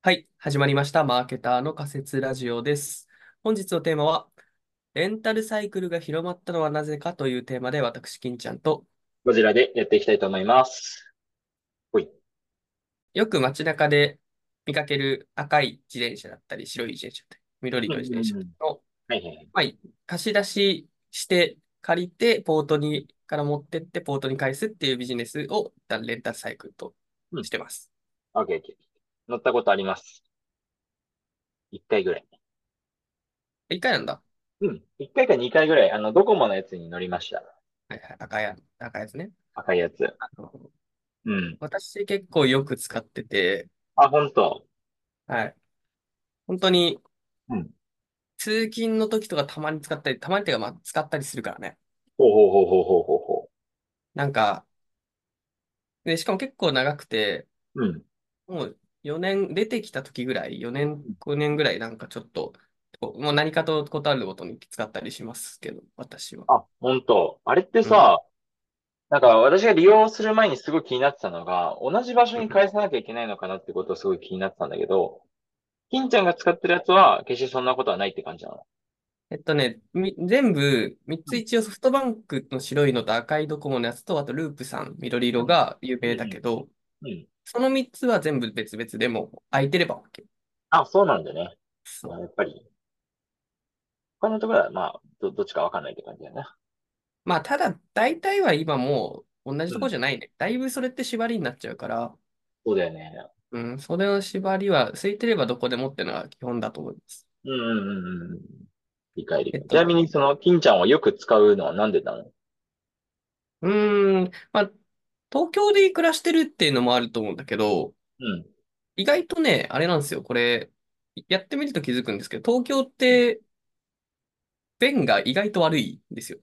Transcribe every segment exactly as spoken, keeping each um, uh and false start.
はい、始まりました。マーケターの仮説ラジオです。本日のテーマは、レンタルサイクルが広まったのはなぜかというテーマで、私、金ちゃんと、 こちらでやっていきたいと思います。ほい。 よく街中で見かける赤い自転車だったり、白い自転車だったり、緑うんの自転車うんうん。 の、 はいはいはい。 まあ、貸し出しして借りて、ポートに、から持ってって、ポートに返すっていうビジネスを、一旦レンタルサイクルとうん。 してます。 オッケーオッケー。乗ったことあります。一回ぐらい。 一回なんだ。 うん。一回か二回ぐらい、あの、ドコモのやつに乗りました。 はいはい、赤や、赤いやつね。 赤いやつ。 あのうん。 私結構よく使ってて、 あ、本当。 はい。本当にうん。 通勤の時とかたまに使ったり、たまにっていうかまあ使ったりするからね。 ほうほうほうほうほうほうほなんか、で、しかも結構長くて、 う。うん。 もうよねん、出てきた時ぐらい、よねん、ごねんぐらいなんかちょっと、こうもう何かとことあるごとに使ったりしますけど、私は。 あ、本当。あれってうん。 さ、なんか私が利用する前にすごい気になってたのが、同じ場所うん。 に返さなきゃいけないのかなってことをすごい気になってたんだけど、金ちゃんが使ってるやつは、決してそんなことはないって感じなの？ えっとね、み全部、みっつうん。 一応ソフトバンクの白いのと赤いドコモのやつと、あとループさん、緑色うん。 が有名だうん。 けど、 うん。 そのみっつは全部別々でも空いてれば OK。 あ、そうなんだね。 そう。 やっぱり、他のところは、まあ、ど、どっちかわかんないって感じだな。 まあ、ただ、大体は今もう同じとこうん。 じゃないね。だいぶそれって縛りになっちゃうから、 そうだよね。 うん、それの縛りは、空いてればどこでもっていうのが基本だと思います。 うんうんうんうん。理解理解。ちなえっと、 みに、その、金ちゃんをよく使うのはなんでなの？ うーん、まあ、東京で暮らしてるっていうのもあると思うんだけど、 うん。 意外とね、あれなんですよ。これ、やってみると気づくんですけど、東京っうん。 て便が意外と悪いんですよ。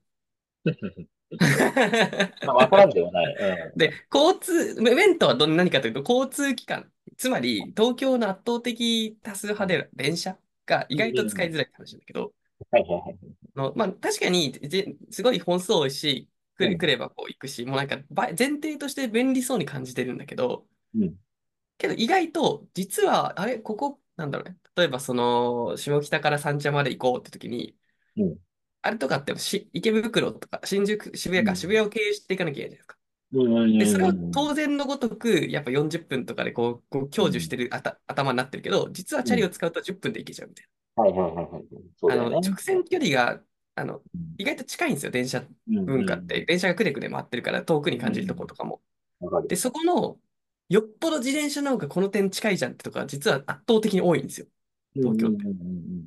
まあ、わからんではない。うで、交通、メントはど何かというと、交通機関。つまり、東京の圧倒的多数派ん。 で電車が意うん。 外と使うん。 いづらいって話なんだけど、 はいはいはい。 のまあ、確かに、じすごい本数多いし、来れ、 うん。 来ればこう行くし、もうなんか、ば前提として便利そうに感じてるんだけど、 うん。 けど意外と、実は、あれ、ここ、なんだろうね。例えば、その、下北から三茶まで行こうって時に、 うん。 あれとかってし池袋とか、新宿、渋うん。 谷か、渋谷を経由していかなきゃいけないじゃないですか。 うん。うで、それをん。 当然のごとく、やっぱよんじゅっぷんとかでこう、こう享受しうん。 てるあた頭になってるけど、実はうん。 チャリを使うとじゅっぷんで行けちゃうみたいはいはいはいはい。そうな。あの、 だよね。 直線距離が、あの、 うん。 意外と近いんですよ、電車うん。うん。 文化って。電車がくねくね回ってるから遠くに感じるとこうん。 ろとかも。 わかる。 で、そこの、よっぽど自転車の方がこの点近いじゃんってとか、実は圧倒的に多いんですよ、 うん。うん。うん。 東京って。 うん。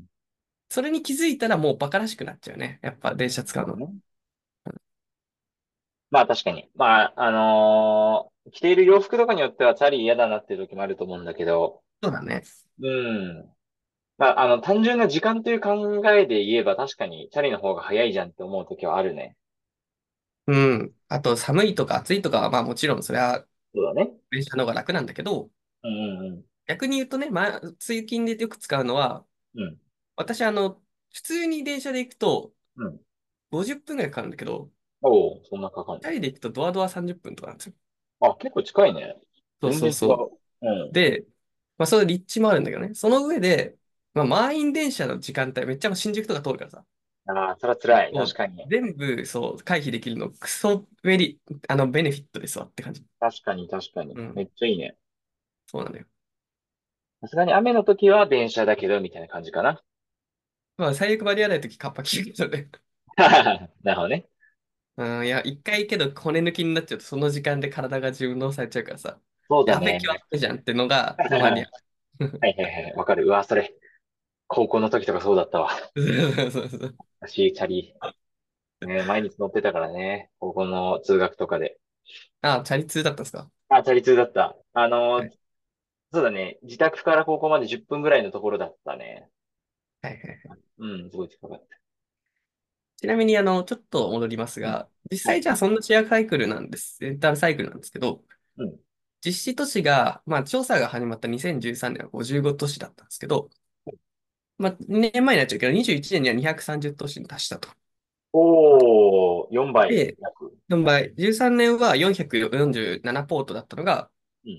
それに気づいたらもうバカらしくなっちゃうね。やっぱ電車使うの。 そうだね。まあ確かに。まあ、あのー着ている洋服とかによってはチャリ嫌だなっていう時もあると思うんだけど、 そうだね。 うん。まあ、あの、単純な時間という考えで言えば確かにチャリの方が早いじゃんって思う時はあるね。 うん。あと、寒いとか暑いとかは、まあもちろんそれはそうだね。 電車の方が楽なんだけど、 うんうんうん。 逆に言うとね、まあ、通勤でよく使うのは、 うん。 私、あの、普通に電車で行くとうん。 ごじゅっぷんぐらいかかるんだけど、 おお、そんなかかんの？ チャリで行くとドアドアさんじゅっぷんとかなんですよ。 あ、結構近いね。 そう全然違そうそう。うう。 ん。 で、まあ、その立地もあるんだけどね。その上で、まあ、満員電車の時間帯、めっちゃ新宿とか通るからさ、 ああ、それは辛い。 もう確かに。 全部、そう、回避できるの、クソベリ、あの、ベネフィットですわって感じ。 確かに、確かに。 うん、 めっちゃいいね。 そうなんだよ。 さすがに雨の時は電車だけど、みたいな感じかな。 まあ、最悪間に合わないとき、カッパ着るけどね。 なるほどね。 うん、いや、一回けど骨抜きになっちゃうと、その時間で体が順応されちゃうからさ、やべ、 そうだね。 今日雨じゃんってのがたまにあはる。 いはいはい。わかる。うわ、それ。高校の時とかそうだったわ。 そうそうそう。 私、チャリ、ね、毎日乗ってたからね。高校の通学とかで。 あ、チャリ通だったんですか？ あ、チャリ通だった。あの、 はい。 そうだね。自宅から高校までじゅっぷんぐらいのところだったね。 はいはいはい。 うん、すごい近かった。 ちなみに、あの、ちょっと戻りますうん。 が、実はい。 際じゃあそんなシェアサイクルなんです。レンタルサイクルなんですけど、 うん。 実施都市が、まあ、調査が始まったにせんじゅうさんねんはごじゅうご都市だったんですけど、まあ、にねんまえになっちゃうけど、にじゅういちねんにはにひゃくさんじゅう都市に達したと。 おー、よんばい、 で、 約。 よんばい、じゅうさんねんはよんひゃくよんじゅうななポートだったのが、 うん。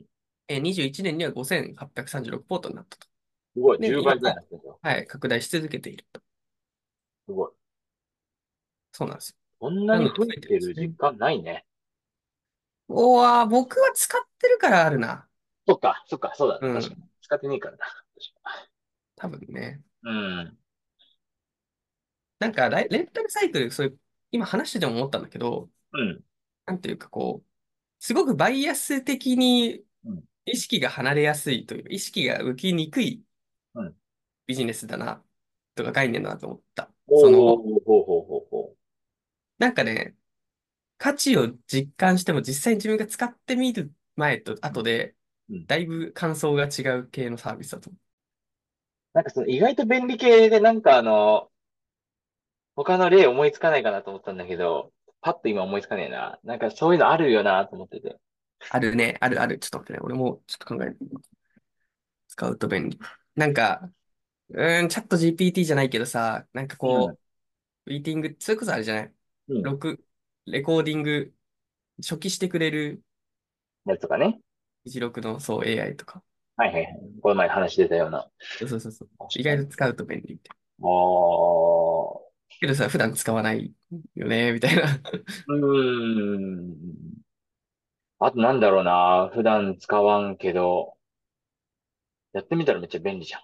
えー、にじゅういちねんにはごせんはっぴゃくさんじゅうろくポートになったと。 すごい。 で、 10 今、 倍ぐらいになってるよ。 はい、拡大し続けていると。 すごい。 そうなんですよ。 こんなになので増えてる増えてるんですね。 実感ないね。 おわ、僕は使ってるからあるな。 そっか、そっか、そうだね。確かに。 うん。 使ってねえからな。確か多分ね。 うん。 なんかレ、レンタルサイクル、そういう、今話してても思ったんだけど、 うん。 なんていうかこう、すごくバイアス的にうん。 意識が離れやすいというか、意識が浮きにくいうん。 ビジネスだな、とか概念だなと思った。そおの、 ー、ほうほうほうほなんかね、価値を実感しても実際に自分が使ってみる前とう。うん。 後で、 うん。 だいぶ感想が違う系のサービスだと思なんかその意外と便利系でなんかあの、他の例思いつかないかなと思ったんだけど、パッと今思いつかねえな。なんかそういうのあるよなと思ってて。 あるね、あるある。ちょっと待ってね。俺もちょっと考える。使うと便利。なんか、うーん、チャット ジーピーティー じゃないけどさ、なんかうん。 こう、ミーティング、それこそあれじゃない？ うん。 録、レコーディング、初期してくれるやつとかね。 議事録の、そう、エーアイ とか。 はいはいはい。この前話してたような。 そうそうそうそう。意確かに。 外と使うと便利みたいな。 ああ。 けどさ、普段使わないよね、みたいな。 うーん。あとなんだろうな。普段使わんけど、やってみたらめっちゃ便利じゃん。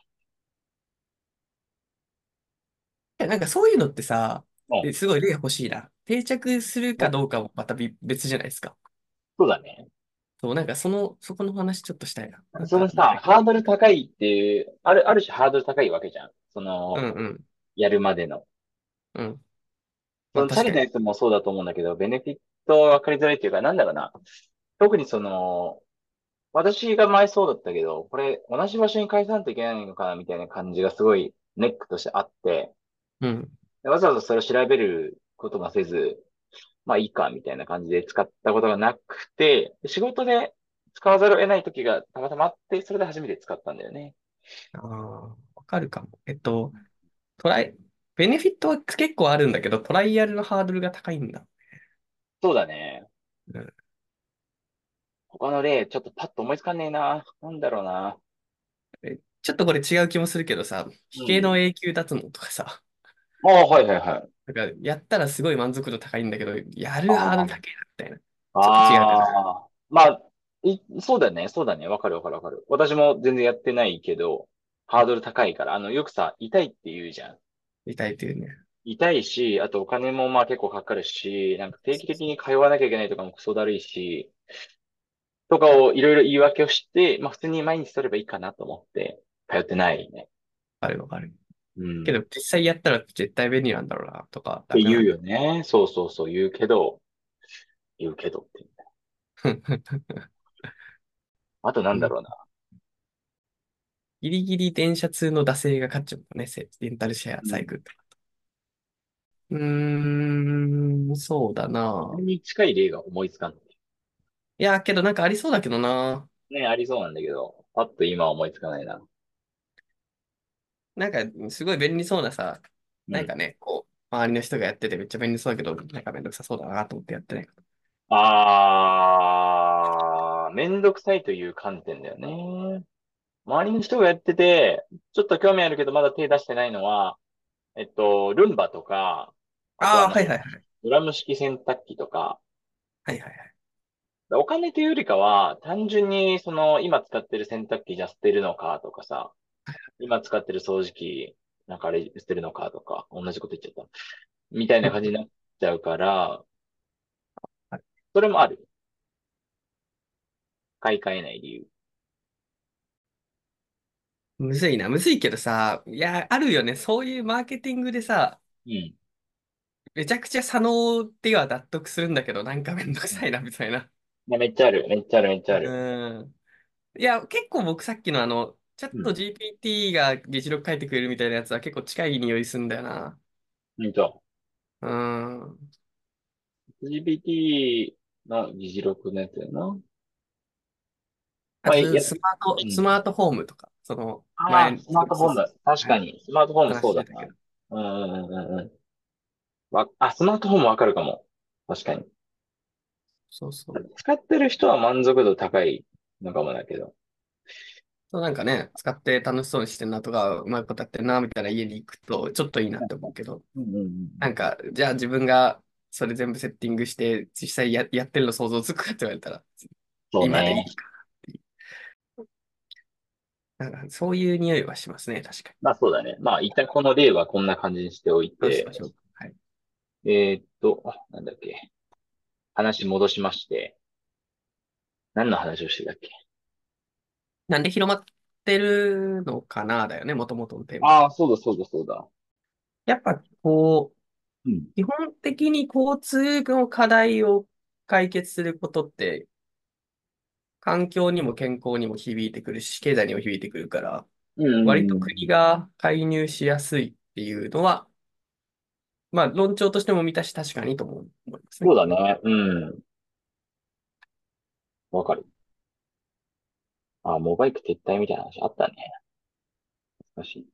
なんかそういうのってさ、 うん。 ですごい例欲しいな。定着するかね。 どうかもまた別別じゃないですか。 そうだね。 そう、なんかその、そこの話ちょっとしたいな。なんか、 そのさ、ハードル高いっていう、ある、ある種ハードル高いわけじゃん。その、 うんうん、 やるまでの。 うん。 そのチャまあ確かに。 リのやつもそうだと思うんだけど、ベネフィット分かりづらいっていうか、なんだろうな。特にその、私が前そうだったけど、これ同じ場所に返さんといけないのかなみたいな感じがすごいネックとしてあって、 うん。 でわざわざそれを調べることもせず、まあいいかみたいな感じで使ったことがなくて、仕事で使わざるを得ない時がたまたまあって、それで初めて使ったんだよね。 ああ、わかるかも。えっと、トライ、ベネフィットは結構あるんだけど、トライアルのハードルが高いんだ。 そうだね。 うん。 他の例、ちょっとパッと思いつかんねえな。なんだろうな。 えちょっとこれ違う気もするけどさ、 うん。 奇形の永久脱毛とかさ、 ああ、はいはいはい。 なんかやったらすごい満足度高いんだけど、やるハードルあ高いな、みたいな。 あ。 ちょっと違うかな。 ああ。まあ、い、そうだね、そうだね。わかるわかるわかる。私も全然やってないけど、ハードル高いから、あの、よくさ、痛いって言うじゃん。 痛いっていうね。 痛いし、あとお金もまあ結構かかるし、なんか定期的に通わなきゃいけないとかもクソだるいし、とかをいろいろ言い訳をして、まあ普通に毎日取ればいいかなと思って通ってないね。 あるわかる。 うん。っけど、実際やったら絶対便利なんだろうな、とか、 て言う楽なんだ。 よね。そうそうそう言うけど、言うけどっていう。あとなんうん。 だろうな。 ギリギリ電車通の惰性が勝っちゃうもんね、せレンタルシェアうん。 サイクルって。うーん、そうだな。 それに近い例が思いつかん。 いや、けどなんかありそうだけどな。 ね、ありそうなんだけど、パッと今は思いつかないな。 なんか、すごい便利そうなさ、 うん。 なんかね、こう、周りの人がやっててめっちゃ便利そうだけど、なんかめんどくさそうだなと思ってやってない。 あー、めんどくさいという観点だよね。周りの人がやってて、ちょっと興味あるけどまだ手出してないのは、えっと、ルンバとか、あとああ、 あの、 はいはいはい。 ドラム式洗濯機とか、 はいはいはい。 お金というよりかは、単純にその、今使ってる洗濯機じゃ捨てるのかとかさ、今使ってる掃除機、なんかあれ捨てるのかとか、同じこと言っちゃった。みたいな感じになっちゃうから、それもある。買い替えない理由。 むずいな。むずいけどさ、いや、あるよね。そういうマーケティングでさ、 うん。 めちゃくちゃ左脳っては納得するんだけど、なんかめんどくさいな、みたいな。 いやめっちゃある。めっちゃある。めっちゃある。 うん。いや、結構僕さっきのあの、チャットうん。 ジーピーティー が議事録書いてくれるみたいなやつは結構近い匂いするんだよな。 うんと、 うん。 ジーピーティー の議事録のやつやな。まあ、 あと、 や、 スマート、 うん。 スマートホームとか、その、 ああ、 前、 スマートフォンだ。確はい、 かに。スマートフォンそうだな。 話してたけど。 うんうんうんうんうん。わ、あ、スマートフォンもわかるかも。確かに。 そうそう。 使ってる人は満足度高いかもだけど。 そうなんかね、使って楽しそうにしてんなとか、うまいことやってんな、みたいな家に行くと、ちょっといいなって思うけど、 うんうんうん。 なんか、じゃあ自分がそれ全部セッティングして、実際や、やってるの想像つくかって言われたら、 そうね。 今でいいかっていう。なんか、そういう匂いはしますね、確かに。 まあそうだね。まあ一旦この例はこんな感じにしておいて、 どうしましょう。はい。 えーっと、あなんだっけ。話戻しまして、何の話をしてたっけ？ なんで広まってるのかな、だよね、もともとのテーマ。 ああー、そうだそうだそうだ。 やっぱ、こう、 うん。 基本的に交通の課題を解決することって、環境にも健康にも響いてくるし、経済にも響いてくるから、 うんうん割とうん。 国が介入しやすいっていうのは、まあ、論調としても満たし確かにとも思いますね。 そうだね。うん。わかる。あ、モバイク撤退みたいな話あったね。懐かしい。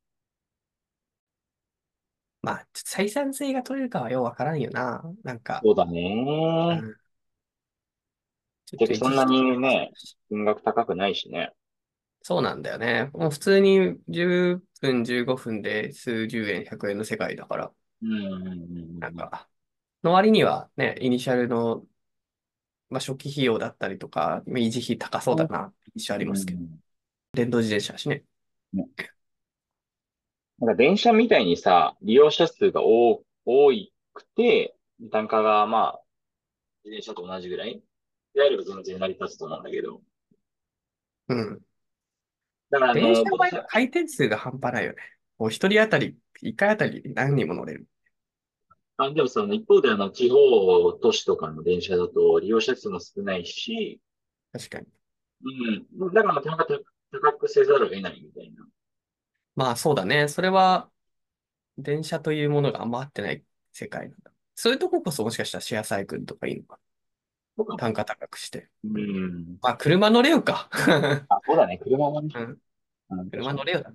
まあ、ちょっと採算性が取れるかはようわからんよな。なんか、 そうだね。 うん、ちょっと維持結局そんな費とかもそうにね、 だし。 金額高くないしね。 そうなんだよね。もう普通にじゅっぷん、じゅうごふんで数十円、ひゃくえんの世界だから、 うんうんうんなんか、の割にはね、イニシャルの、まあ、初期費用だったりとか、維持費高そううん。 だなって印象ありうん。 ますけど。 うん。 電動自転車だしね。 ね、なんか電車みたいにさ、利用者数が多、多くて、単価がまあ、自転車と同じぐらいであれば全然成り立つと思うんだけど。 うん。 だからあの、 電車はもっとさ、 回転数が半端ないよね。もう一人当たり、一回当たり何人も乗れる。 あ、でもその一方であの、地方都市とかの電車だと利用者数も少ないし、 確かに。 うん。だからまあ単価高高くせざるを得ないみたいな。 まあそうだね。それは電車というものがあんま合ってない世界なんだ。そういうとここそもしかしたらシェアサイクルとかいいのか。 とかも。 単価高くして。 ううん、 ん。 まあ車乗れよか。 あ、そうだね。車もね。 うん、 うん、確かに。 車乗れよだ。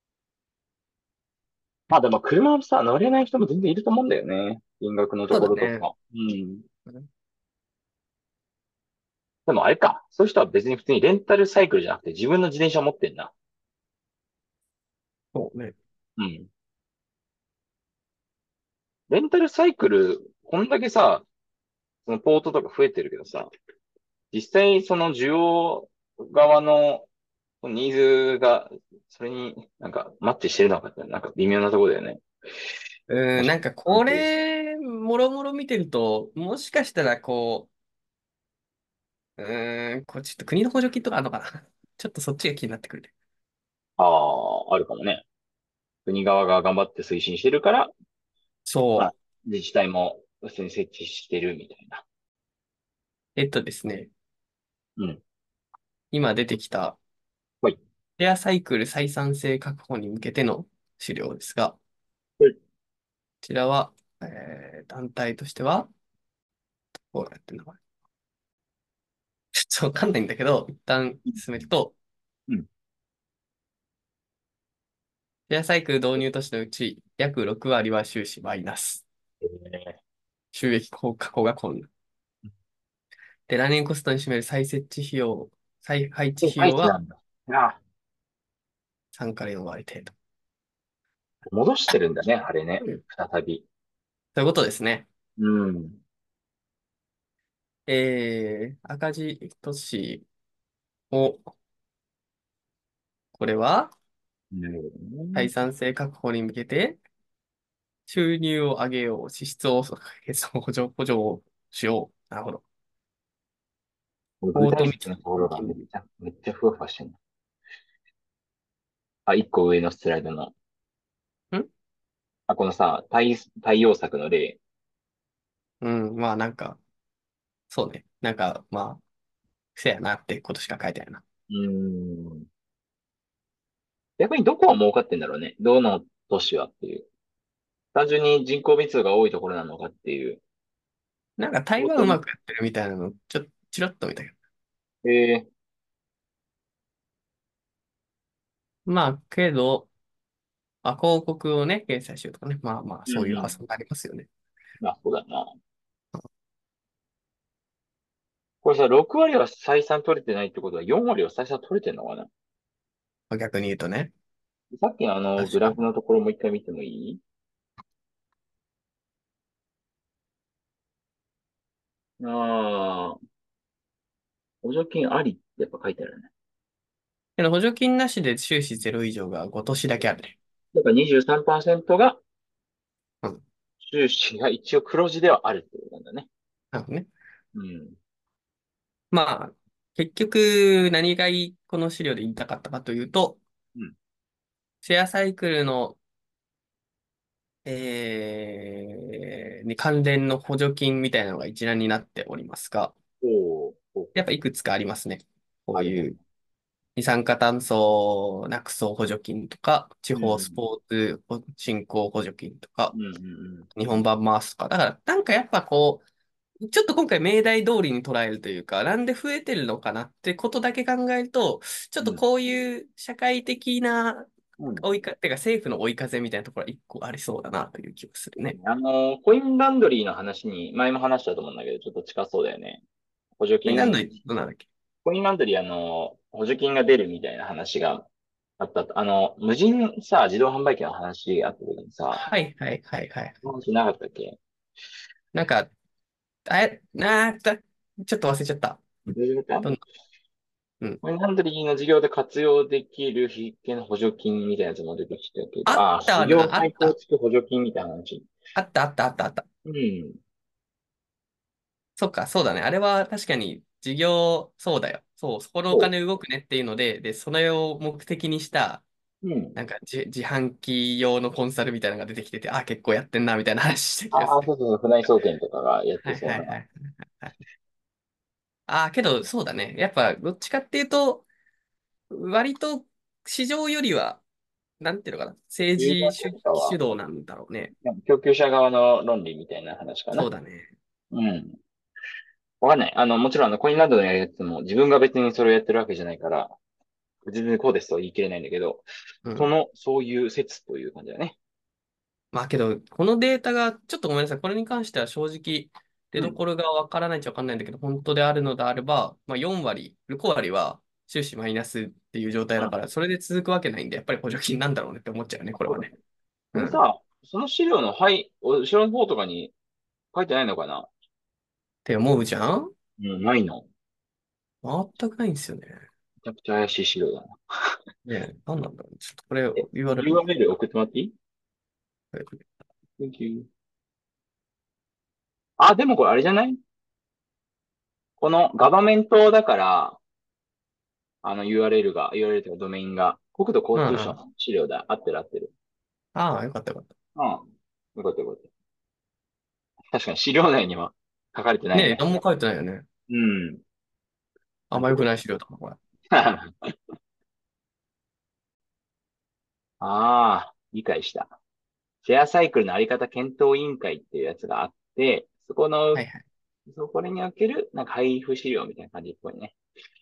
まあでも車はさ、乗れない人も全然いると思うんだよね。金額のとそうだね。 ころとか。うん。 うん、 でもあれか。そういう人は別に普通にレンタルサイクルじゃなくて自分の自転車を持ってんな。 そうね。 うん。レンタルサイクル、こんだけさ、そのポートとか増えてるけどさ、実際その需要側のニーズが、それになんかマッチしてるのかって、なんか微妙なところだよね。 うん、 もし、 なんかこ関係すれ、もろもろ見てると、もしかしたらこう、うん、これちょっと国の補助金とかあるのかな。ちょっとそっちが気になってくるね。 ああ、あるかもね。国側が頑張って推進してるから、まあ、 そう。 自治体も普通に設置してるみたいな。 えっとですね、 うん。 今出てきたはい。 シェアサイクル採算性確保に向けての資料ですが、こはい。 ちらは、えー団体としては、こうやって名前。ちょっとわかんないんだけど、一旦進めると、 うん。 シェアサイクル導入都市のうち、約ろく割は収支マイナス。 えー、 収益化行が困難。で、ランニングコストに占める再設置費用、再配置え、 費用は愛知なんだ。あ、 さんからよん割程度。 戻してるんだね、あれね。 うん、 再び。 ということですね。 うん。 えー、赤字都市を、これは、 なるほどね。 採算性確保に向けて、収入を上げよう、支出を補助、補助をしよう。なるほど。 これ具ポート密体策のところが金利。 めっちゃ、めっちゃふわふわしてる。あ、一個上のスライドの。 んあ、このさ、対、対応策の例。 うん、まあなんか、そうね。なんか、まあ、せやなってことしか書いてないな。 うーん。逆にどこは儲かってんだろうね。どの都市はっていう。単純に人口密度が多いところなのかっていう。 なんか台湾うまポートに、 くやってるみたいなの、ちょっと、チラッと見たけど。 えまあ、けど、まあ、広告をね、掲載しようとかね。まあまあ、 ー、うんそういううん。 発想がありますよね。 まあ、そうだな。 これさ、ろく割は採算取れてないってことはよん割は採算取れてんのかな？ 逆に言うとね。 さっきのあの、グ確かに。 ラフのところもう一回見てもいい？ああ、補助金ありってやっぱ書いてあるね。 けど補助金なしで収支ゼロ以上がご年だけあるね。 だからにじゅうさんパーセントがうん。 収支が一応黒字ではあるってことなんだね。 なるほどね。 うん。 まあ、結局、何がいいこの資料で言いたかったかというと、 うん。 シェアサイクルの、えー、に関連の補助金みたいなのが一覧になっておりますが、 おー、ほうほやっぱうほう。 いくつかありますね。こあるね。 ういう二酸化炭素なくそう補助金とか、地うん。 方スポーツ振興補助金とか、 うんうん日本版回すとか。だから、なんかやっぱこう、ちょっと今回命題通りに捉えるというか、なんで増えてるのかなってことだけ考えると、ちょっうん。 とこういう社会的なうん。うん。 追いか、てか政府の追い風みたいなところは一個ありそうだなという気がするね。 あの、コインランドリーの話に、前も話したと思うんだけど、ちょっと近そうだよね。補助金、 これ何の、どうなんだっけ？ コインランドリー、あの、補助金が出るみたいな話があったと。あの、無人さ、自動販売機の話があった時にさ、 はいはいはいはい。 話なかったっけ？ なんか、あれ、なーだ、ちょっと忘れちゃった。 どういうこと？ どん、うん。 コインランドリーの事業で活用できる必見補助金みたいなやつも出てきたけど、 あっああ、事業たな、あ再構った。 築補助金みたいな話。 あったあったあったあった。 うん。 そっか、そうだね。あれは確かに事業、そうだよ。そう、そこのおそ金動くねっていうので、で、それを目的にした、 う。うん。 なんか自、自販機用のコンサルみたいなのが出てきてて、あ、結構やってんな、みたいな話した気がああ、 する。 そうそうそう、船井総研とかがやっはいてそうな。 はいはい。はい。あ、けど、そうだね。やっぱ、どっちかっていうと、割と市場よりは、なんていうのかな、政ユーザー治主、 とかは、 主導なんだろうね。 なんか供給者側の論理みたいな話かな。 そうだね。 うん。わかんない。あの、もちろんあの、コインランドのやるやつも自分が別にそれをやってるわけじゃないから、全然こうですとは言い切れないんだけど、 うん。 その、そういう説という感じだね。 まあけど、このデータが、ちょっとごめんなさい。これに関しては正直、出うん。 どころがわからないっちゃわかんないんだけど、本当であるのであれば、まあよん割、ご割は収支マイナスっていう状態うん。 だから、それで続くわけないんで、やっぱり補助金なんだろうねって思っちゃうね、これはね。 そうだね。こうん。 れさ、その資料の、はい、後ろの方とかに書いてないのかな？ って思うじゃん。 うん、ないの。 全くないんですよね。 めちゃくちゃ怪しい資料だな。 ねえ、なんなんだろう。ちょっとこれえ、 ユーアールエル に。 ユーアールエル 送ってもらっていい？ Thank you。あ、でもこれあれじゃない？このガバメントだから、あの ユーアールエル が、ユーアールエル というかドメインが、国土交通省うんうん。 の資料だ。合ってる合ってる。 ああ、よかったよかった。 うん。よかったよかった。確かに資料内には書かれてないねえ、 ね。 何も書いてないよね。 うん。 あんま良くない資料だな、これ。 ああ、理解した。シェアサイクルのあり方検討委員会っていうやつがあって、そこの、 はいはい。 そこにおける、なんか配布資料みたいな感じっぽいね。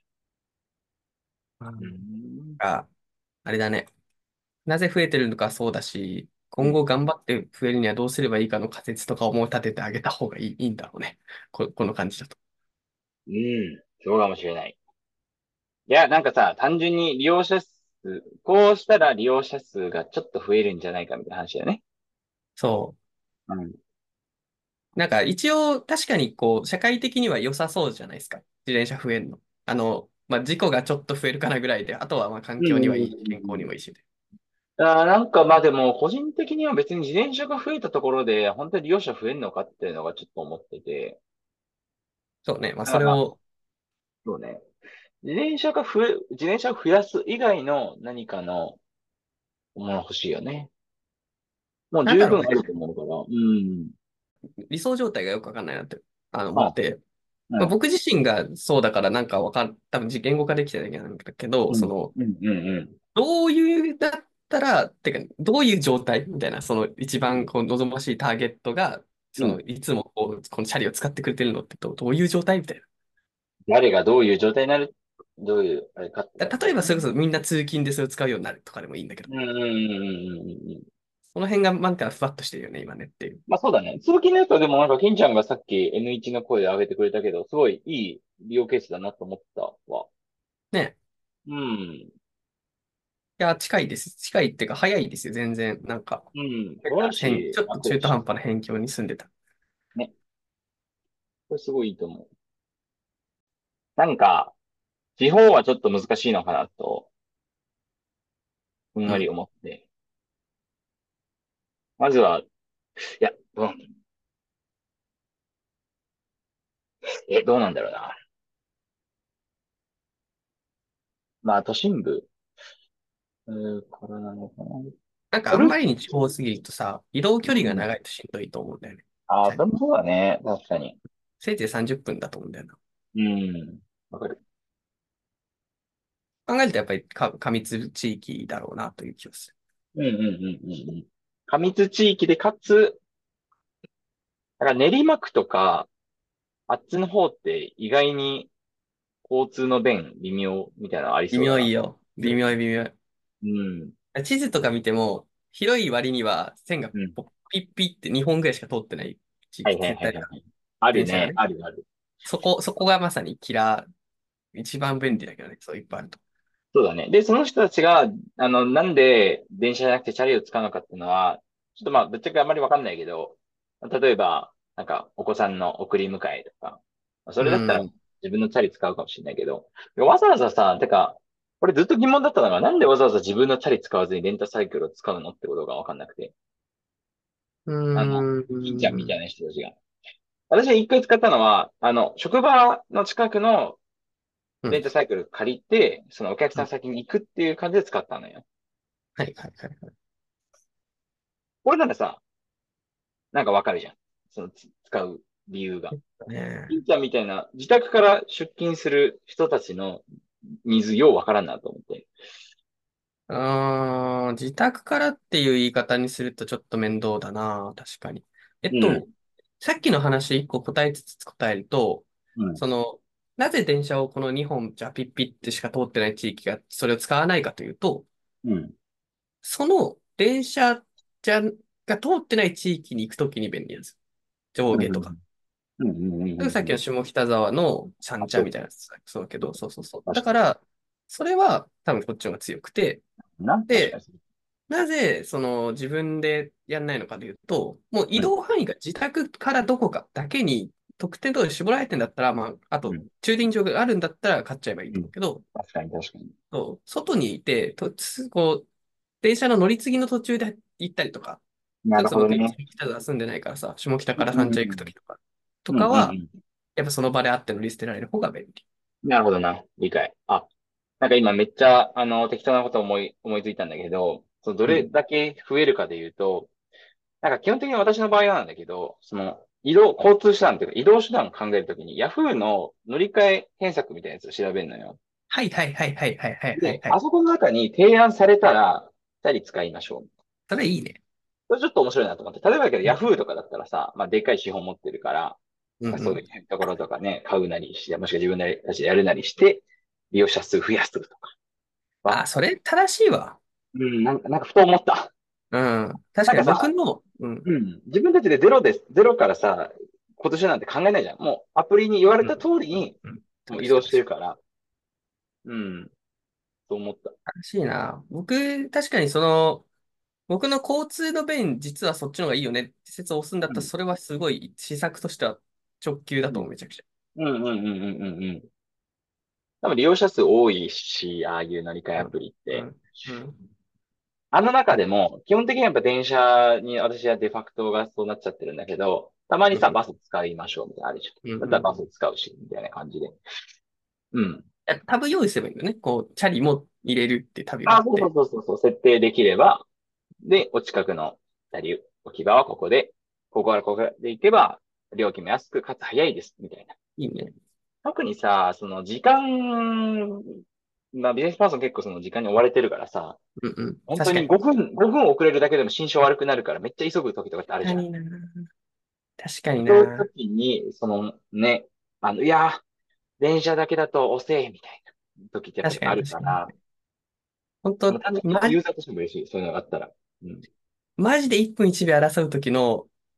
ううんん。 あ、あれだね。なぜ増えてるのかそうだし、 うん。 今後頑張って増えるにはどうすればいいかの仮説とか思い立ててあげた方がいい、いいんだろうね。こ、この感じだと。 うん。そうかもしれない。いや、なんかさ、単純に利用者数、こうしたら利用者数がちょっと増えるんじゃないかみたいな話だよね。 そうん。 う。なんか一応確かにこう、社会的には良さそうじゃないですか。自転車増えるの。あの、まあ、事故がちょっと増えるかなぐらいで、あとはまあ環うんうんうん境にはいいし、健うんうん。 康にもいいしで。 あーなんかまあでも、個人的には別に自転車が増えたところで、本当に利用者増えるのかっていうのがちょっと思ってて。 そうね。まあだからまあ、 それを、 そうね。自転車が増え、自転車を増やす以外の何かのもの欲しいよね。もう十分あなんだろうね。 ると思うから。うん。 理想状態がよくわかんないなって、あの、思っあ、 て。まあ、 うん。 僕自身がそうだからなんかわかん、多分言語化できてないんだけど、 うん。 その、 うん。うん。うん。 どういうだったら、てか、どういう状態みたいな、その一うん。 番こう望ましいターゲットが、そのうん。 いつもこう、このチャリを使ってくれてるのってどう、どういう状態みたい誰がどういう状態になる、どういう、あれかってな。 やつだよね。 例えばそれこそみんな通勤でそれを使うようになるとかでもいいんだけど、 うん。うん。うん。うん。うん。 その辺がなんかふわっとしてるよね、今ねっていう。 まあそうだね。続きのやつはでもなんか、金ちゃんがさっき エヌワン の声で上げてくれたけど、すごいいい利用ケースだなと思ったわ。 ね。 うん。 いや、近いです。近いっていうか、早いですよ、全然。なんか、 うん。 変遠いな辺ちし、 ょっと中途楽だし。 半端な辺境に住んでた。 ね。これすごいいいと思う。なんか、地方はちょっと難しいのかなと、ふんわりうん。 思って。まずは、いや、どうなんだろう。え、どうなんだろうな。まあ、都心部、うーからなのかな。 なんか、 それ、 あんまりに地方すぎるとさ、移動距離がうん。 長いとしんどいと思うんだよね。 ああ、 チャリ。 それもそうだね。確かに。 せいぜいさんじゅっぷんだと思うんだよな。 うん。わかる。 考えるとやっぱりか過密地域だろうなという気がする。 うんうんうんうんうん。過密地域で、かつ、だから練馬区とか、あっちの方って意外に交通の便微妙みたいなのあり微そうだな。 妙いよ。微妙い微妙い。 うん。 地図とか見ても、広い割には線がうん。 ポッピッピってにほんぐらいしか通ってない地域はいはい絶対ある。 はいはい。あるね。 電車がね。 あるある。 そこ、そこがまさにキラー、一番便利だけどね、そういっぱいあると。 そうだね。で、その人たちが、あの、なんで電車じゃなくてチャリを使うのかっていうのは、ちょっとまあ、ぶっちゃけあんまりわかんないけど、例えば、なんか、お子さんの送り迎えとか、そうれだったらん。 自分のチャリ使うかもしれないけど、わざわざさ、てか、これずっと疑問だったのが、なんでわざわざ自分のチャリ使わずにレンタサイクルを使うのってことがわかんなくて。 うあの、金ちゃんみたん。 いな人たちが。私が一回使ったのは、あの、職場の近くのうん。 レンタサイクル借りて、そのお客うん。 さん先に行くっていう感じで使ったのよ。 はいはいはいはい。 これならさ、なんかわかるじゃん。そのつ使う理由が。 ね金ちゃんみたいな自宅から出勤する人たちのニーズようわからんなと思って。 え。あー、自宅からっていう言い方にするとちょっと面倒だな。確かに。えうん。 っと、さっきの話一個答えつつ答えると、 うん。 その、なぜ電車をこのにほんじゃピッピッってしか通ってない地域がそれを使わないかというと、 うん。 その電車じゃ、が通ってない地域に行くときに便利なんです。上うん。 下とか。 うん。うん。うん。うん。 さっきの下北沢の三あ、そう。 茶みたいなやつそうだけど、 そう。 そうそうそう。だ確かから、それは多分こっちの方が強くて、 に。な、確かで、 にそう。 なぜその自分でやんないのかというと、もう移うん。 動範囲が自宅からどこかだけに特定のところで絞られてんだったら、まあ、あとうん。 駐輪場があるんだったら買っちゃえばいいうん。 と思うけど、 確かに、確かに。 そう外にいて、とつこう、電車の乗り継ぎの途中で行ったりとか、 なるそれこそ僕今ほどね。 下北沢住んでないからさ、下北うん。 から三茶行くとうん。 きとか、とうん。うん。 かは、 うん。 やっぱその場であって乗り捨てられる方が便利。 なるほどな。理解。あ、なんか今めっちゃ、あの、適当なこと思い、思いついたんだけど、そのどうん。 れだけ増えるかで言うと、なんか基本的に私の場合なんだけど、その移動、交通手段っていうか移動手段を考えるときに Yahoo の乗り換え検索みたいなやつを調べるのよ。 はいはいはいはいはいはいはいで、 はい。 あそこの中に提案されたら、二人使いましょう。 それいいね。 これちょっと面白いなと思って。例えばだけどうん Yahoo とかだったらさ、まあでっかい資本持ってるから、なんかそういうんうん。 うところとかね、買うなりして、もしくは自分たちでやるなりして、利用者数増やすとかは、 あ、それ正しいわ。 うん、なんか、なんかふと思った。 うん。確かに僕なんかさ、 の、うん。 うん。自分たちでゼロです。ゼロからさ、今年なんて考えないじゃん。もうアプリに言われたうん。 通りに、 うん。 もう移動し正しい正しい。 てるから、うん、と思った。 正しいな。僕、確かにその、僕の交通の便、実はそっちの方がいいよねって説を押すんだったら、 うん、 それはすごい施策としては直球だうん、 と思う、めちゃくちゃ。 うん、うん、うん、うん、うん。うん。多分利用者数多いし、ああいう乗り換えアうん。 プリって。 うん。うん。 あの中でも、基本的にやっぱ電車に私はデファクトがそうなっちゃってるんだけど、たまにさ、 うん。 バス使いましょうみたいなのあるでしょ。 うん。 だったらバうん。 ス使うし、みたいな感じで。うん。 やタブ用意すればいいんだよね。こう、チャリも入れるっていうタブがああ、そうそうって。 そうそうそう、設定できれば、で、お近くの二人置き場はここで、ここからここで行けば、料金も安く、かつ早いです、みたいな。 いいね。 特にさ、その時間、まあビジネスパーソン結構その時間に追われてるからさ、 うんうん。 本当に確かに。 ごふん、ごふん遅れるだけでも心象悪くなるからめっちゃ急ぐ時とかってあるじゃん。 確かにな。確かにそういうな。 時に、そのね、あの、いやー、電車だけだと遅いみたいな時ってやっ確かぱあに確かに。 るから、 本当、 もう単純ま、 にユーザーとしても嬉しい。そういうのがあったら。うん。 マジでいっぷんいちびょう争う時の、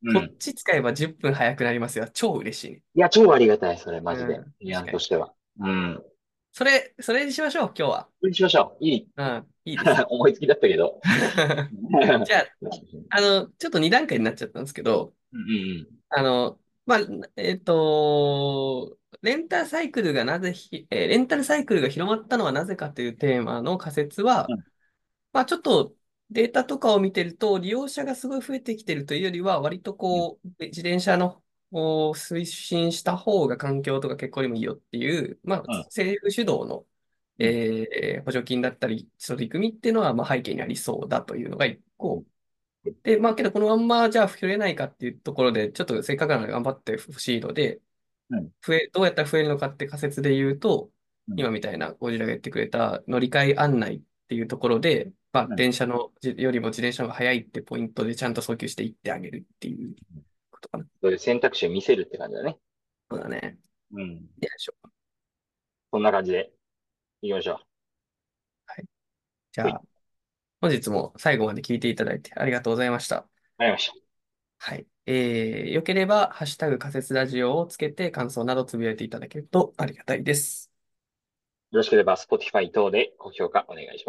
こっうん。 ち使えばじゅっぷん早くなりますよ。超嬉しいね。 いや、超ありがたい、それ、マジで。 うん。 提確かに。 案としては。うん。 それ、それにしましょう、今日は。 これにしましょう。いい。 うん。いいですよ。 思いつきだったけど。 じゃあ、あの、ちょっとに段階になっちゃったんですけど、 うんうんあの、まあ、えっと、レンタルサイクルがなぜひ、えーレンタルサイクルが広まったのはなぜかというテーマの仮説は、 うん。 まあ、ちょっとデータとかを見てると、利用者がすごい増えてきてるというよりは、割とうん。 こう、自転車のを推進した方が環境とか結構にもいいよっていう、まあ、 うん。 政府主導の、 うん。 えー補助金だったり、取り組みっていうのは、まあ、背景にありそうだというのが一うん。 個。で、まあ、けど、このまんま、じゃあ、増えないかっていうところで、ちょっとせっかくなので頑張ってほしいので、 うん。 増え、どうやったら増えるのかって仮説で言うと、 うん。 今みたいなゴジラが言ってくれた乗り換え案内っていうところで、まあ、 うん。 電車のじよりも自転車の方が早いってポイントでちゃんと訴求していってあげるっていうことかな。 そういう選択肢を見せるって感じだね。 そうだね。 うん。 よいしょ。 そんな感じで行きましょう。 はい。じほい。 ゃあ、本日も最後まで聞いていただいてありがとうございました。 ありました。 はい。えー、よければ、ハッシュタグ仮説ラジオをつけて感想などつぶやいていただけるとありがたいです。 よろしければ Spotify 等で高評価お願いします。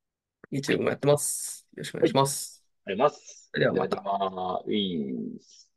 は YouTube い。 もやってます。よろしくお願いしはい。 ます。 ありがとうございます。 それではじゃあ、じゃまた。 あ、ういーす。